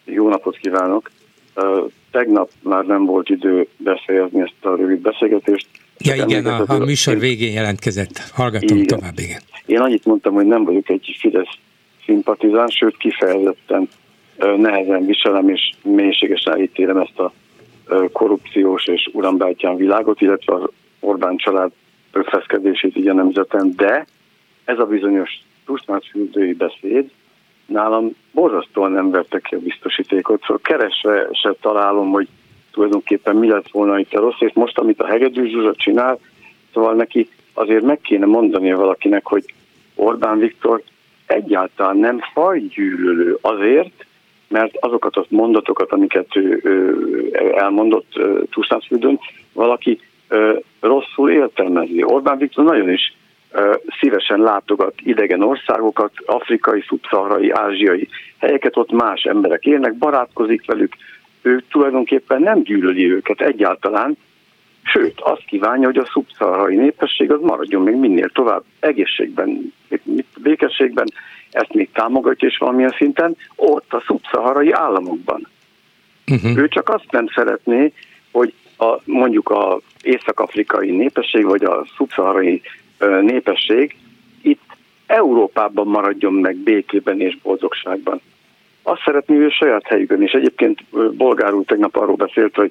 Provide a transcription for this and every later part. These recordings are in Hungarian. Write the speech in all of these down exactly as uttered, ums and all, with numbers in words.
Jó napot kívánok! Tegnap már nem volt idő befejezni ezt a rövid beszélgetést. Ja igen, a, a műsor végén jelentkezett. Hallgatom igen. tovább, igen. Én annyit mondtam, hogy nem vagyok egy Fidesz szimpatizán, sőt kifejezetten nehezen viselem és mélységesen elítélem ezt a korrupciós és urambátyán világot, illetve az Orbán család feszkedését így a nemzeten, de ez a bizonyos tusnádfürdői beszéd nálam borzasztóan nem verte ki a biztosítékot, szóval keresve se találom, hogy tulajdonképpen mi lett volna itt a rossz, és most, amit a Hegedűs Zsuzsa csinál, szóval neki azért meg kéne mondania valakinek, hogy Orbán Viktor egyáltalán nem fajgyűlölő azért, mert azokat a mondatokat, amiket ő, ő elmondott Tusnádfürdőn, valaki ö, rosszul értelmezi. Orbán Viktor nagyon is ö, szívesen látogat idegen országokat, afrikai, szubszaharai, ázsiai helyeket, ott más emberek élnek, barátkozik velük, ő tulajdonképpen nem gyűlöli őket egyáltalán, sőt, azt kívánja, hogy a szubszaharai népesség az maradjon még minél tovább egészségben, békességben, ezt még támogatja, és valamilyen szinten ott a szubszaharai államokban. Uh-huh. Ő csak azt nem szeretné, hogy a, mondjuk az észak-afrikai népesség, vagy a szubszaharai ö, népesség itt Európában maradjon meg békében és boldogságban. Azt szeretné, hogy a saját helyükön, és egyébként Bolgár úr tegnap arról beszélt, hogy,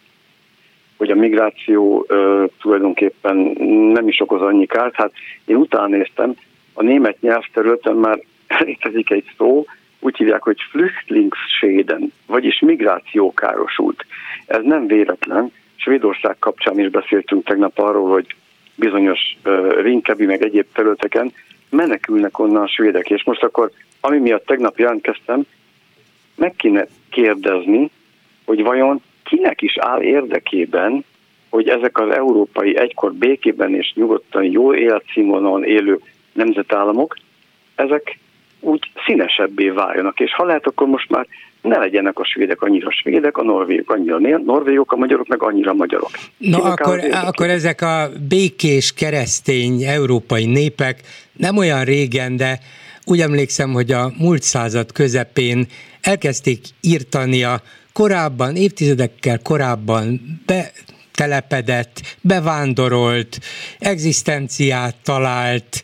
hogy a migráció ö, tulajdonképpen nem is okoz annyi kárt. Hát én utána néztem, a német nyelvterületen már létezik egy szó, úgy hívják, hogy Flüchtlingsschäden, vagyis migrációkárosult. Ez nem véletlen. Svédország kapcsán is beszéltünk tegnap arról, hogy bizonyos uh, Rinkeby meg egyéb területeken menekülnek onnan a svédek. És most akkor, ami miatt tegnap jelentkeztem, meg kéne kérdezni, hogy vajon kinek is áll érdekében, hogy ezek az európai egykor békében és nyugodtan jól életszínvonalon élő nemzetállamok, ezek úgy színesebbé váljanak, és ha lehet, akkor most már ne legyenek a svédek annyira svédek, a norvégok annyira norvégok, a magyarok meg annyira magyarok. No, akkor, akkor ezek a békés, keresztény európai népek nem olyan régen, de úgy emlékszem, hogy a múlt század közepén elkezdték írtani a korábban, évtizedekkel korábban be telepedett, bevándorolt, egzisztenciát talált,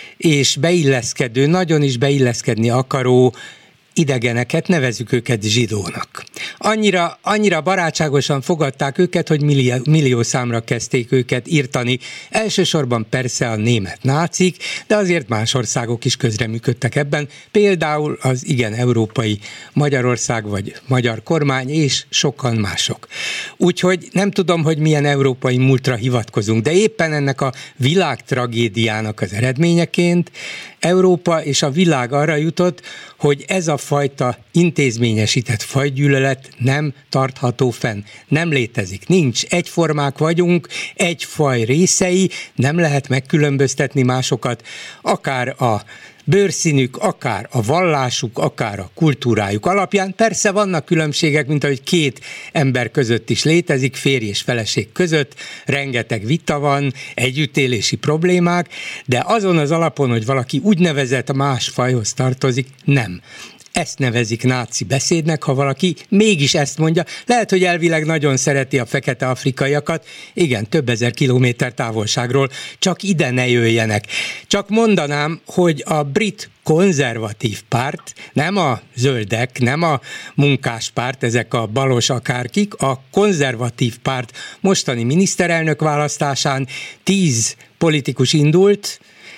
és beilleszkedő, nagyon is beilleszkedni akaró idegeneket, nevezzük őket zsidónak. Annyira, annyira barátságosan fogadták őket, hogy millió, millió számra kezdték őket írtani. Elsősorban persze a német nácik, de azért más országok is közreműködtek ebben, például az igen európai Magyarország vagy magyar kormány és sokan mások. Úgyhogy nem tudom, hogy milyen európai múltra hivatkozunk, de éppen ennek a világtragédiának az eredményeként Európa és a világ arra jutott, hogy ez a fajta intézményesített fajgyűlölet nem tartható fenn. Nem létezik, nincs. Egyformák vagyunk, egy faj részei, nem lehet megkülönböztetni másokat, akár a bőrszínük, akár a vallásuk, akár a kultúrájuk alapján. Persze vannak különbségek, mint ahogy két ember között is létezik, férj és feleség között, rengeteg vita van, együttélési problémák, de azon az alapon, hogy valaki úgynevezett más fajhoz tartozik, nem. Ezt nevezik náci beszédnek, ha valaki mégis ezt mondja. Lehet, hogy elvileg nagyon szereti a fekete afrikaiakat, igen, több ezer kilométer távolságról, csak ide ne jöjjenek. Csak mondanám, hogy a brit konzervatív párt, nem a zöldek, nem a munkáspárt, ezek a balos akárkik, a konzervatív párt mostani miniszterelnök választásán tíz politikus indult,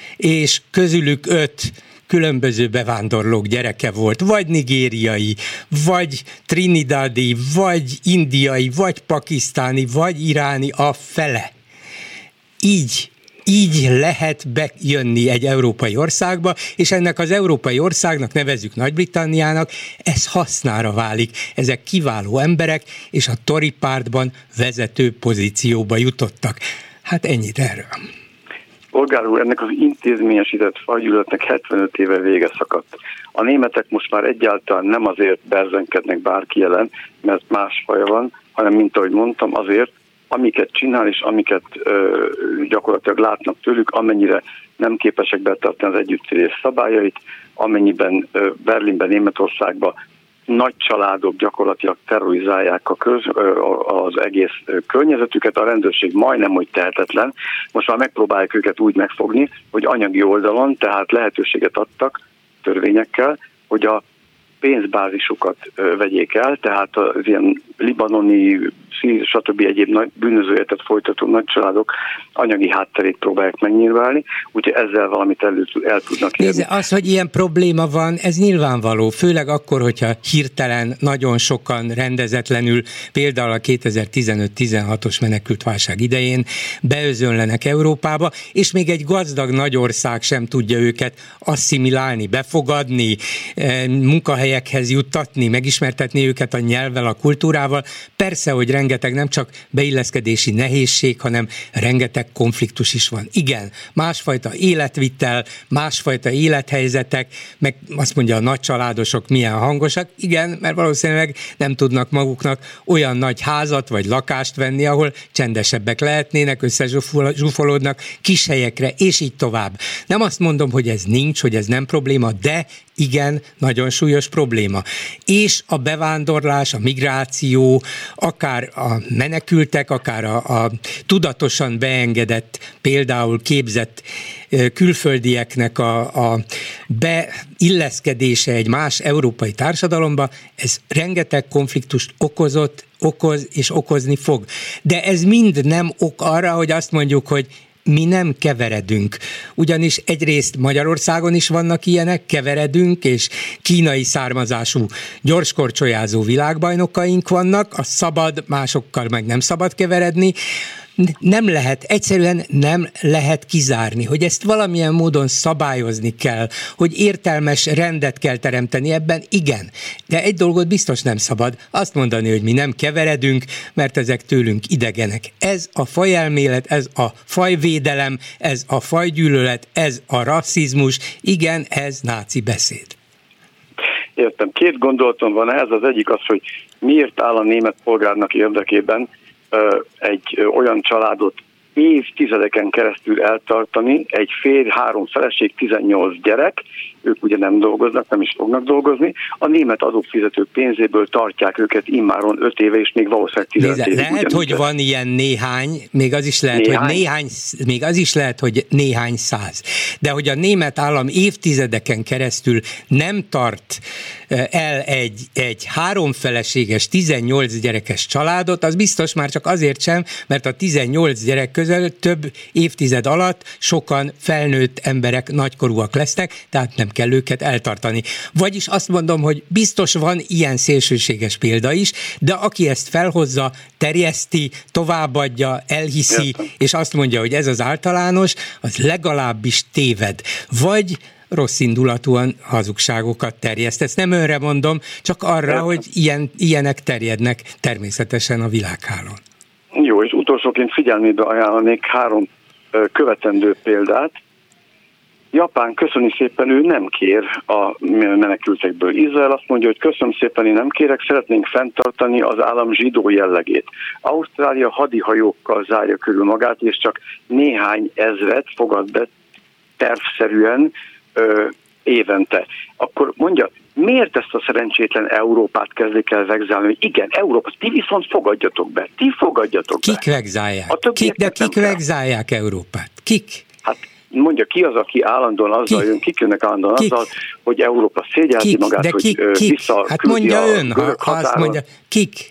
és közülük öt különböző bevándorlók gyereke volt, vagy nigériai, vagy trinidadi, vagy indiai, vagy pakisztáni, vagy iráni, a fele. Így, így lehet bejönni egy európai országba, és ennek az európai országnak, nevezzük Nagy-Britanniának, ez hasznára válik. Ezek kiváló emberek, és a Tory pártban vezető pozícióba jutottak. Hát ennyit erről. Polgár úr, ennek az intézményesített fajgyűlöletnek hetvenöt éve vége szakadt. A németek most már egyáltalán nem azért berzenkednek bárki ellen, mert más faja van, hanem, mint ahogy mondtam, azért, amiket csinál és amiket ö, gyakorlatilag látnak tőlük, amennyire nem képesek betartani az együttélés szabályait, amennyiben ö, Berlinben, Németországban nagy családok gyakorlatilag terrorizálják a köz, az egész környezetüket, a rendőrség majdnem, hogy tehetetlen. Most már megpróbálják őket úgy megfogni, hogy anyagi oldalon, tehát lehetőséget adtak törvényekkel, hogy a pénzbázisukat vegyék el, tehát az ilyen libanoni, stb. Egyéb nagy bűnözőjetet folytató nagy családok anyagi hátterét próbálják megnyilválni, úgyhogy ezzel valamit el, el tudnak érni. Nézze, az, hogy ilyen probléma van, ez nyilvánvaló, főleg akkor, hogyha hirtelen nagyon sokan rendezetlenül, például a kétezer-tizenöt-tizenhatos menekültválság idején beözönlenek Európába, és még egy gazdag nagy ország sem tudja őket asszimilálni, befogadni, munkahelyekhez juttatni, megismertetni őket a nyelvvel, a kultúrával. Persze, hogy rengeteg nem csak beilleszkedési nehézség, hanem rengeteg konfliktus is van. Igen, másfajta életvitel, másfajta élethelyzetek, meg azt mondja a nagycsaládosok milyen hangosak. Igen, mert valószínűleg nem tudnak maguknak olyan nagy házat vagy lakást venni, ahol csendesebbek lehetnének, összezsúfolódnak kis helyekre, és így tovább. Nem azt mondom, hogy ez nincs, hogy ez nem probléma, de igen, nagyon súlyos probléma. És a bevándorlás, a migráció, akár a menekültek, akár a, a tudatosan beengedett, például képzett külföldieknek a, a beilleszkedése egy más európai társadalomba, ez rengeteg konfliktust okozott, okoz és okozni fog. De ez mind nem ok arra, hogy azt mondjuk, hogy mi nem keveredünk. Ugyanis egyrészt Magyarországon is vannak ilyenek, keveredünk, és kínai származású gyorskorcsolyázó világbajnokaink vannak, a szabad, másokkal meg nem szabad keveredni. Nem lehet, egyszerűen nem lehet kizárni, hogy ezt valamilyen módon szabályozni kell, hogy értelmes rendet kell teremteni ebben, igen. De egy dolgot biztos nem szabad, azt mondani, hogy mi nem keveredünk, mert ezek tőlünk idegenek. Ez a fajelmélet, ez a fajvédelem, ez a fajgyűlölet, ez a rasszizmus, igen, ez náci beszéd. Értem. Két gondolatom van ehhez. Az egyik az, hogy miért áll a német polgárnak érdekében egy olyan családot évtizedeken keresztül eltartani, egy férj, három feleség, tizennyolc gyerek, ők ugye nem dolgoznak, nem is fognak dolgozni, a német adófizetők pénzéből tartják őket immáron öt éve, és még valószínűleg tizenöt évig. Lehet, hogy ez. Van ilyen néhány, még az is lehet, néhány? hogy néhány, még az is lehet, hogy néhány száz. De hogy a német állam évtizedeken keresztül nem tart el egy, egy háromfeleséges, tizennyolc gyerekes családot, az biztos már csak azért sem, mert a tizennyolc gyerek közül több évtized alatt sokan felnőtt emberek nagykorúak lesznek, tehát nem kell őket eltartani. Vagyis azt mondom, hogy biztos van ilyen szélsőséges példa is, de aki ezt felhozza, terjeszti, továbbadja, elhiszi, Értem. és azt mondja, hogy ez az általános, az legalábbis téved. Vagy rossz indulatúan hazugságokat terjeszt. Ezt nem önre mondom, csak arra, Értem. hogy ilyen, ilyenek terjednek természetesen a világhálón. Jó, és utolsóként figyelmébe ajánlanék három követendő példát. Japán, köszöni szépen, ő nem kér a menekültekből. Izrael azt mondja, hogy köszönöm szépen, én nem kérek, szeretnénk fenntartani az állam zsidó jellegét. Ausztrália hadihajókkal zárja körül magát, és csak néhány ezret fogad be tervszerűen ö, évente. Akkor mondja, miért ezt a szerencsétlen Európát kezdik el vegzálni, hogy igen, Európa, ti viszont fogadjatok be, ti fogadjatok kik be. Kik vegzálják? Kik, de kik vegzálják Európát? Kik? Hát mondja, ki az, aki állandóan azzal kik? jön, kik jönnek állandóan kik? azzal, hogy Európa szégyelti kik? magát, de hogy kik? Kik? visszaküldi hát mondja a ön, ha, ha azt mondja, kik?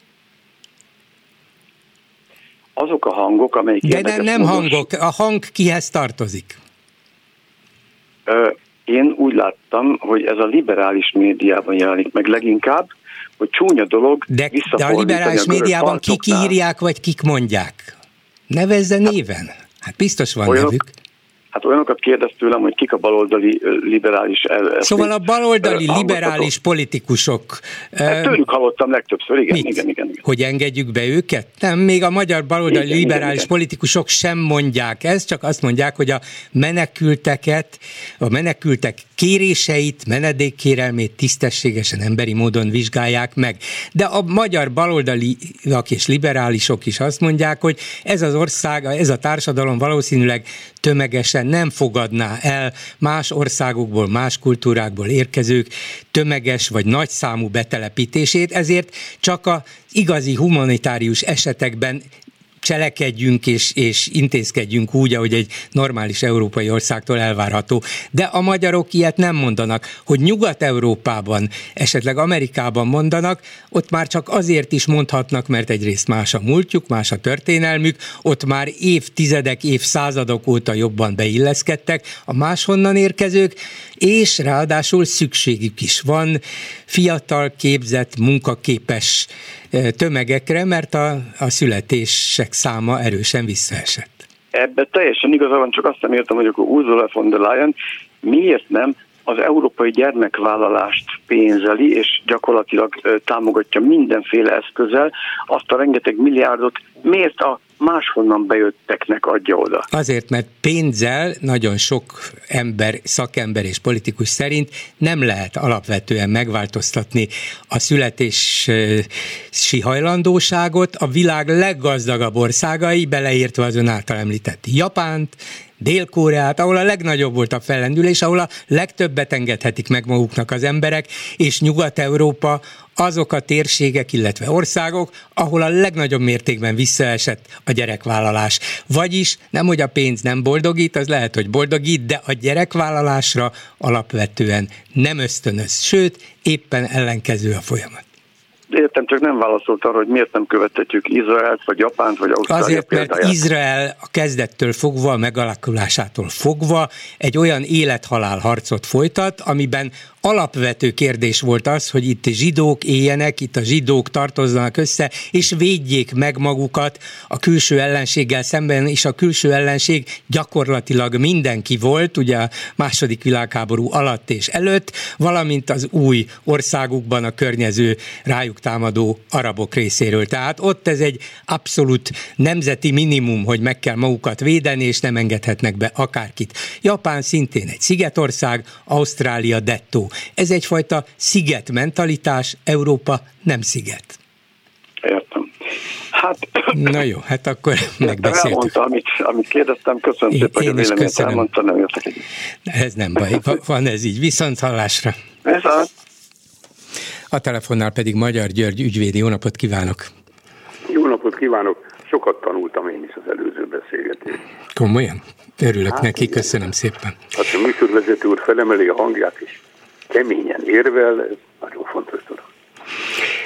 Azok a hangok, amelyik... De nem, nem hangok, a hang kihez tartozik? Ö, Én úgy láttam, hogy ez a liberális médiában jelenik meg leginkább, hogy csúnya dolog de, de a liberális a médiában kik írják, vagy kik mondják? Nevezze néven. Hát biztos van olyanok, nevük. Hát olyanokat kérdez tőlem, hogy kik a baloldali liberális... Szóval a baloldali liberális politikusok... Hát tőlük hallottam legtöbbször, igen, igen, igen, igen. Hogy engedjük be őket? Nem, még a magyar baloldali igen, liberális igen, politikusok sem mondják ezt, csak azt mondják, hogy a menekülteket, a menekültek kéréseit, menedékkérelmét tisztességesen, emberi módon vizsgálják meg. De a magyar baloldaliak és liberálisok is azt mondják, hogy ez az ország, ez a társadalom valószínűleg tömegesen szívesen nem fogadná el más országokból, más kultúrákból érkezők tömeges vagy nagyszámú betelepítését, ezért csak az igazi humanitárius esetekben cselekedjünk és, és intézkedjünk úgy, ahogy egy normális európai országtól elvárható. De a magyarok ilyet nem mondanak. Hogy Nyugat-Európában, esetleg Amerikában mondanak, ott már csak azért is mondhatnak, mert egyrészt más a múltjuk, más a történelmük, ott már évtizedek, évszázadok óta jobban beilleszkedtek a máshonnan érkezők, és ráadásul szükségük is van fiatal, képzett, munkaképes tömegekre, mert a, a születések száma erősen visszaesett. Ebben teljesen igaza van, csak azt nem értem, hogy akkor Ursula von der Leyen miért nem az európai gyermekvállalást pénzeli, és gyakorlatilag támogatja mindenféle eszközzel, azt a rengeteg milliárdot miért a máshonnan bejötteknek adja oda? Azért, mert pénzzel nagyon sok ember, szakember és politikus szerint nem lehet alapvetően megváltoztatni a születési hajlandóságot. A világ leggazdagabb országai, beleértve az ön által említett Japánt, Dél-Koreát, ahol a legnagyobb volt a fellendülés, ahol a legtöbbet engedhetik meg maguknak az emberek, és Nyugat-Európa azok a térségek, illetve országok, ahol a legnagyobb mértékben visszaesett a gyerekvállalás. Vagyis nem, hogy a pénz nem boldogít, az lehet, hogy boldogít, de a gyerekvállalásra alapvetően nem ösztönöz, sőt, éppen ellenkező a folyamat. Értem, csak nem válaszolt arra, hogy miért nem követhetjük Izraelt, vagy Japánt, vagy Ausztráliát. Azért, mert példáját. Izrael a kezdettől fogva, a megalakulásától fogva egy olyan élet-halál harcot folytat, amiben alapvető kérdés volt az, hogy itt zsidók éljenek, itt a zsidók tartozzanak össze, és védjék meg magukat a külső ellenséggel szemben, és a külső ellenség gyakorlatilag mindenki volt, ugye a második világháború alatt és előtt, valamint az új országukban a környező rájuk támadó arabok részéről. Tehát ott ez egy abszolút nemzeti minimum, hogy meg kell magukat védeni, és nem engedhetnek be akárkit. Japán szintén egy szigetország, Ausztrália dettó. Ez egyfajta szigetmentalitás, Európa nem sziget. Értem. Hát... Na jó, hát akkor megbeszéltük. Elmondta, amit, amit kérdeztem, köszönöm én, szépen, én hogy a véleményt elmondta, nem értek egyet. Ez nem baj, van ez így. Viszont hallásra. Viszont. A telefonnál pedig Magyar György ügyvédi. Jó napot kívánok! Jó napot kívánok! Sokat tanultam én is az előző beszélgetést. Komolyan? Örülök hát, neki, köszönöm szépen. Hát a műsorvezető úr felemeli a hangját is. Keményen érvel, ez nagyon fontos dolog.